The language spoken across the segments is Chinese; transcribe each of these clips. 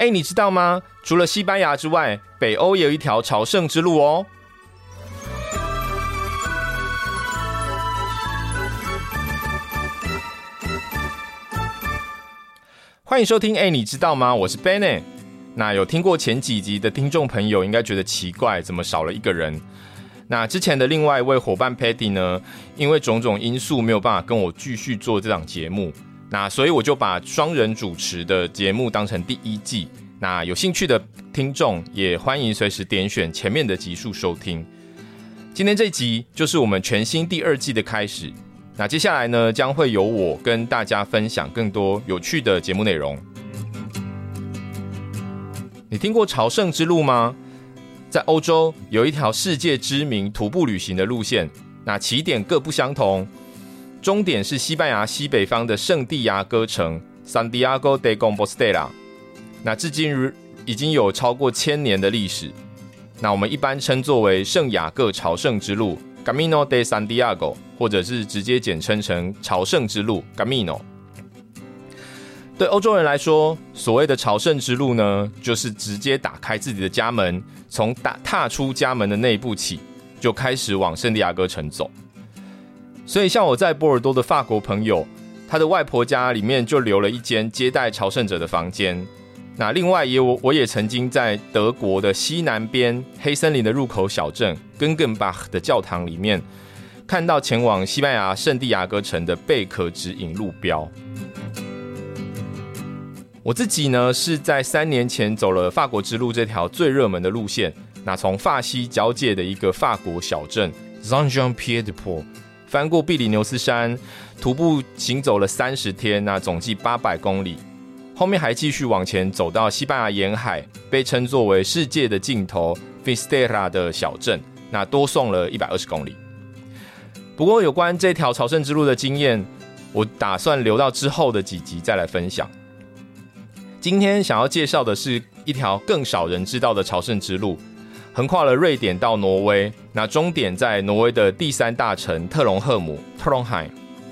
你知道吗？除了西班牙之外，北欧也有一条朝圣之路哦。欢迎收听你知道吗？我是 Benny。 那有听过前几集的听众朋友应该觉得奇怪，怎么少了一个人？那之前的另外一位伙伴 Paddy 呢，因为种种因素没有办法跟我继续做这档节目，那所以我就把双人主持的节目当成第一季。那有兴趣的听众也欢迎随时点选前面的集数收听。今天这集就是我们全新第二季的开始。那接下来呢，将会由我跟大家分享更多有趣的节目内容。你听过朝圣之路吗？在欧洲有一条世界知名徒步旅行的路线，那起点各不相同，终点是西班牙西北方的圣地亚哥城 Santiago de Compostela。 那至今已经有超过1000年的历史，那我们一般称作为圣雅各朝圣之路 Camino de Santiago， 或者是直接简称成朝圣之路 Camino。对欧洲人来说，所谓的朝圣之路呢，就是直接打开自己的家门，从踏出家门的那一步起，就开始往圣地亚哥城走。所以像我在波尔多的法国朋友，他的外婆家里面就留了一间接待朝圣者的房间。那另外我也曾经在德国的西南边黑森林的入口小镇根根巴赫的教堂里面，看到前往西班牙圣地亚哥城的贝壳指引路标。我自己呢，是在3年前走了法国之路这条最热门的路线，那从法西交界的一个法国小镇 Saint-Jean-Pied-de-Port， 翻过比利牛斯山，徒步行走了30天，那总计800公里。后面还继续往前走到西班牙沿海，被称作为世界的尽头 Finisterra 的小镇，那多送了120公里。不过有关这条朝圣之路的经验，我打算留到之后的几集再来分享。今天想要介绍的是一条更少人知道的朝圣之路，横跨了瑞典到挪威，那终点在挪威的第3大城特隆赫姆 Trondheim。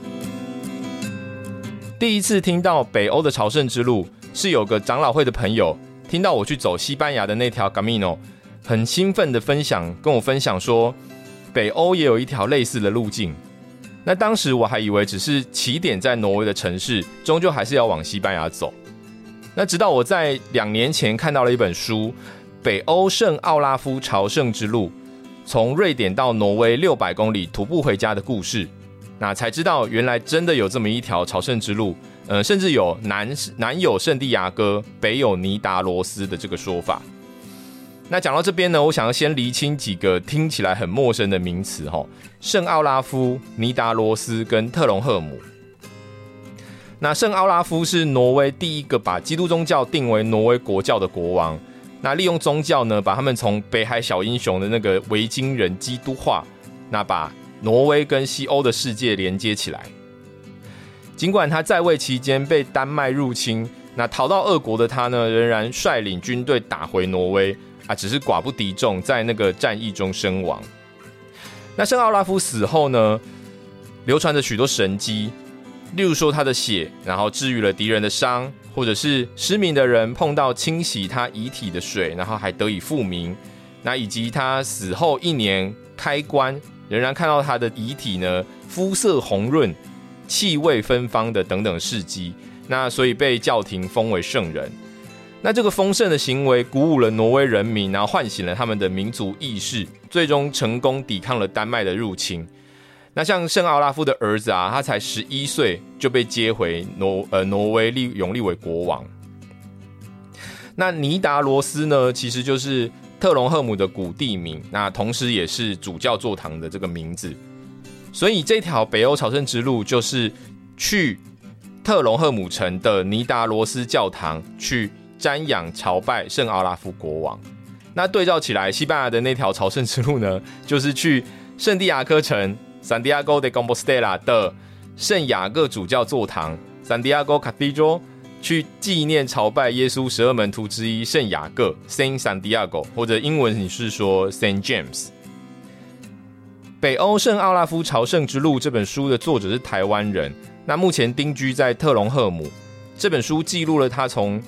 第一次听到北欧的朝圣之路，是有个长老会的朋友听到我去走西班牙的那条 Camino， 很兴奋的跟我分享说，北欧也有一条类似的路径。那当时我还以为只是起点在挪威的城市，终究还是要往西班牙走。那直到我在2年前看到了一本书《北欧圣奥拉夫朝圣之路：从瑞典到挪威600公里徒步回家的故事》，那才知道原来真的有这么一条朝圣之路，甚至有南有圣地亚哥，北有尼达罗斯的这个说法。那讲到这边呢，我想要先厘清几个听起来很陌生的名词，圣奥拉夫、尼达罗斯跟特隆赫姆。那圣奥拉夫是挪威第一个把基督宗教定为挪威国教的国王，那利用宗教呢，把他们从北海小英雄的那个维京人基督化，那把挪威跟西欧的世界连接起来。尽管他在位期间被丹麦入侵，那逃到俄国的他呢，仍然率领军队打回挪威，只是寡不敌众，在那个战役中身亡。那圣奥拉夫死后呢，流传着许多神迹，例如说他的血然后治愈了敌人的伤，或者是失明的人碰到清洗他遗体的水，然后还得以复明。那以及他死后1年开棺，仍然看到他的遗体呢，肤色红润，气味芬芳的等等事迹，那所以被教廷封为圣人。那这个丰盛的行为鼓舞了挪威人民，然后唤醒了他们的民族意识，最终成功抵抗了丹麦的入侵。那像圣奥拉夫的儿子他才11岁就被接回挪威永立为国王。那尼达罗斯呢，其实就是特隆赫姆的古地名，那同时也是主教座堂的这个名字。所以这条北欧朝圣之路就是去特隆赫姆城的尼达罗斯教堂去瞻仰朝拜圣奥拉夫国王。那对照起来，西班牙的那条朝圣之路呢，就是去圣地亚哥城 Santiago de Compostela 的圣雅各主教座堂 Santiago Cathedral 去纪念朝拜耶稣12门徒之一圣雅各 Saint Santiago， 或者英文你是说 Saint James。 北欧圣奥拉夫朝圣之路这本书的作者是台湾人，那目前定居在特隆赫姆。这本书记录了他从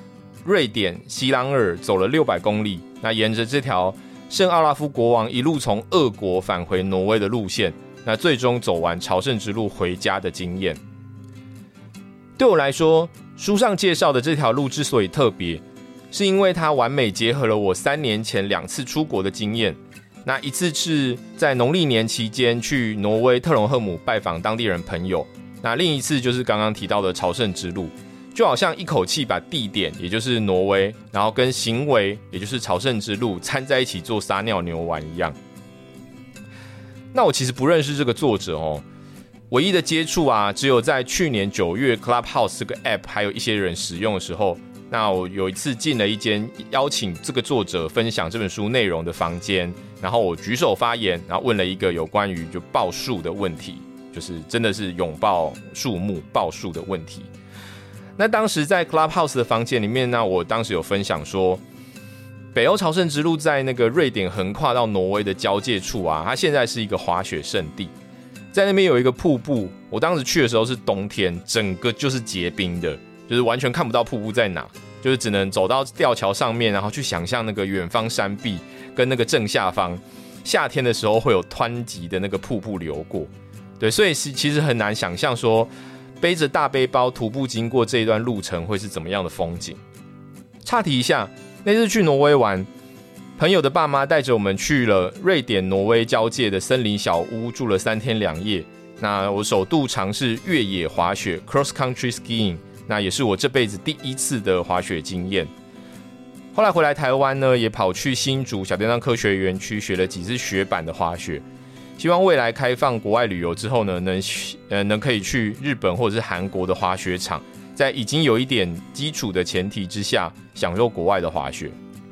瑞典席朗尔走了600公里，那沿着这条圣奥拉夫国王一路从俄国返回挪威的路线，那最终走完朝圣之路回家的经验。对我来说，书上介绍的这条路之所以特别，是因为它完美结合了我3年前2次出国的经验。那一次是在农历年期间去挪威特隆赫姆拜访当地人朋友，那另一次就是刚刚提到的朝圣之路，就好像一口气把地点，也就是挪威，然后跟行为，也就是朝圣之路掺在一起做撒尿牛丸一样。那我其实不认识这个作者哦，唯一的接触啊，只有在去年9月 Clubhouse 这个 App 还有一些人使用的时候，那我有一次进了一间邀请这个作者分享这本书内容的房间，然后我举手发言，然后问了一个有关于就报数的问题，就是真的是拥抱树木报数的问题。那当时在 Clubhouse 的房间里面呢，我当时有分享说，北欧朝圣之路在那个瑞典横跨到挪威的交界处啊，它现在是一个滑雪胜地，在那边有一个瀑布，我当时去的时候是冬天，整个就是结冰的，就是完全看不到瀑布在哪，就是只能走到吊桥上面，然后去想象那个远方山壁跟那个正下方，夏天的时候会有湍急的那个瀑布流过。对，所以其实很难想象说背着大背包徒步经过这一段路程会是怎么样的风景。岔题一下，那次去挪威玩，朋友的爸妈带着我们去了瑞典挪威交界的森林小屋，住了3天2夜。那我首度尝试越野滑雪 cross country skiing， 那也是我这辈子第1次的滑雪经验。后来回来台湾呢，也跑去新竹小叮当科学园区学了几次雪板的滑雪，希望未来开放国外旅游之后呢，能可以去日本或者是韩国的滑雪场，在已经有一点基础的前提之下，享受国外的滑雪。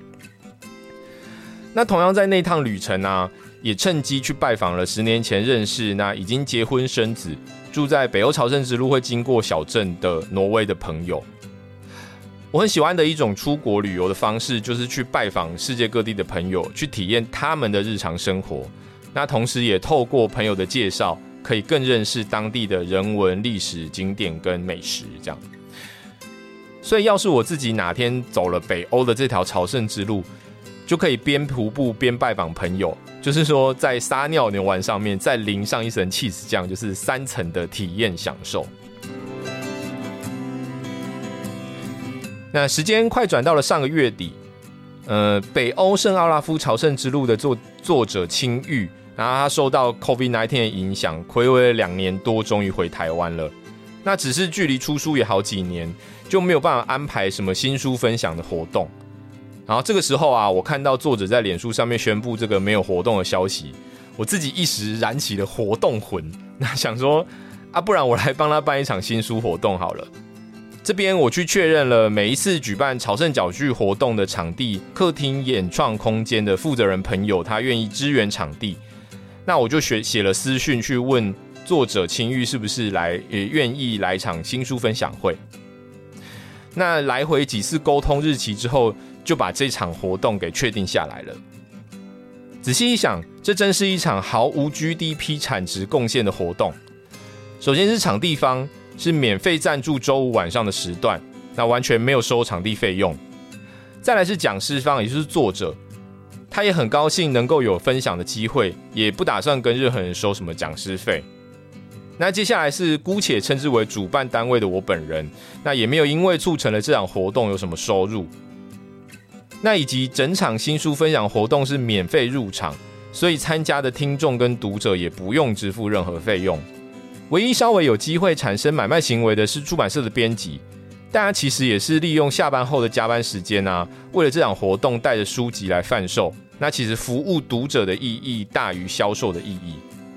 那同样在那趟旅程啊，也趁机去拜访了10年前认识那已经结婚生子，住在北欧朝圣之路会经过小镇的挪威的朋友。我很喜欢的一种出国旅游的方式，就是去拜访世界各地的朋友，去体验他们的日常生活。那同时也透过朋友的介绍，可以更认识当地的人文、历史、景点跟美食这样。所以要是我自己哪天走了北欧的这条朝圣之路，就可以边徒步边拜访朋友，就是说在撒尿牛丸上面再淋上一层 cheese 酱，就是3层的体验享受。那时间快转到了上个月底，北欧圣奥拉夫朝圣之路的作者青玉，然后他受到 COVID-19 的影响，睽违了2年多，终于回台湾了。那只是距离出书也好几年，就没有办法安排什么新书分享的活动。然后这个时候啊，我看到作者在脸书上面宣布这个没有活动的消息，我自己一时燃起了活动魂，那想说啊，不然我来帮他办一场新书活动好了。这边我去确认了每一次举办朝圣角剧活动的场地客厅演创空间的负责人朋友，他愿意支援场地，那我就写了私讯去问作者青玉是不是愿意来场新书分享会。那来回几次沟通日期之后，就把这场活动给确定下来了。仔细一想，这真是一场毫无 GDP 产值贡献的活动。首先是场地方是免费赞助周5晚上的时段，那完全没有收场地费用。再来是讲师方，也就是作者，他也很高兴能够有分享的机会，也不打算跟任何人收什么讲师费。那接下来是姑且称之为主办单位的我本人，那也没有因为促成了这场活动有什么收入。那以及整场新书分享活动是免费入场，所以参加的听众跟读者也不用支付任何费用。唯一稍微有机会产生买卖行为的是出版社的编辑，大家其实也是利用下班后的加班时间啊，为了这场活动带着书籍来贩售，那其实服务读者的意义大于销售的意义。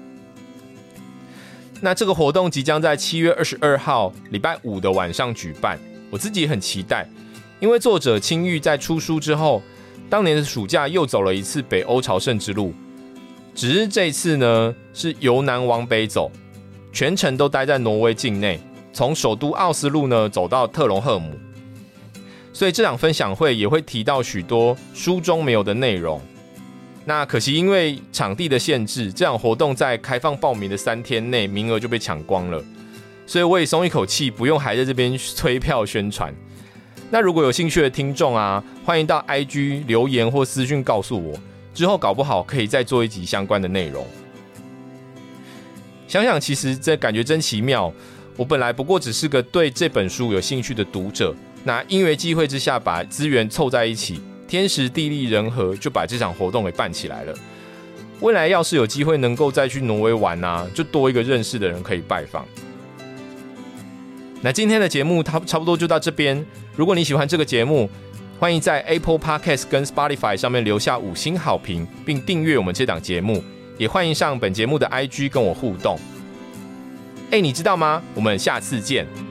那这个活动即将在7月22号礼拜5的晚上举办，我自己也很期待，因为作者青玉在出书之后，当年的暑假又走了一次北欧朝圣之路，只是这次呢是由南往北走，全程都待在挪威境内，从首都奥斯陆呢走到特隆赫姆，所以这场分享会也会提到许多书中没有的内容。那可惜因为场地的限制，这场活动在开放报名的3天内名额就被抢光了，所以我也松一口气，不用还在这边催票宣传。 那如果有兴趣的听众啊，欢迎到 IG 留言或私讯告诉我，之后搞不好可以再做一集相关的内容。想想其实这感觉真奇妙，我本来不过只是个对这本书有兴趣的读者，那因缘际会之下把资源凑在一起，天时地利人和就把这场活动给办起来了。未来要是有机会能够再去挪威玩啊，就多一个认识的人可以拜访。那今天的节目差不多就到这边。如果你喜欢这个节目，欢迎在 Apple Podcast 跟 Spotify 上面留下5星好评，并订阅我们这档节目。也欢迎上本节目的 IG 跟我互动。你知道吗？我们下次见。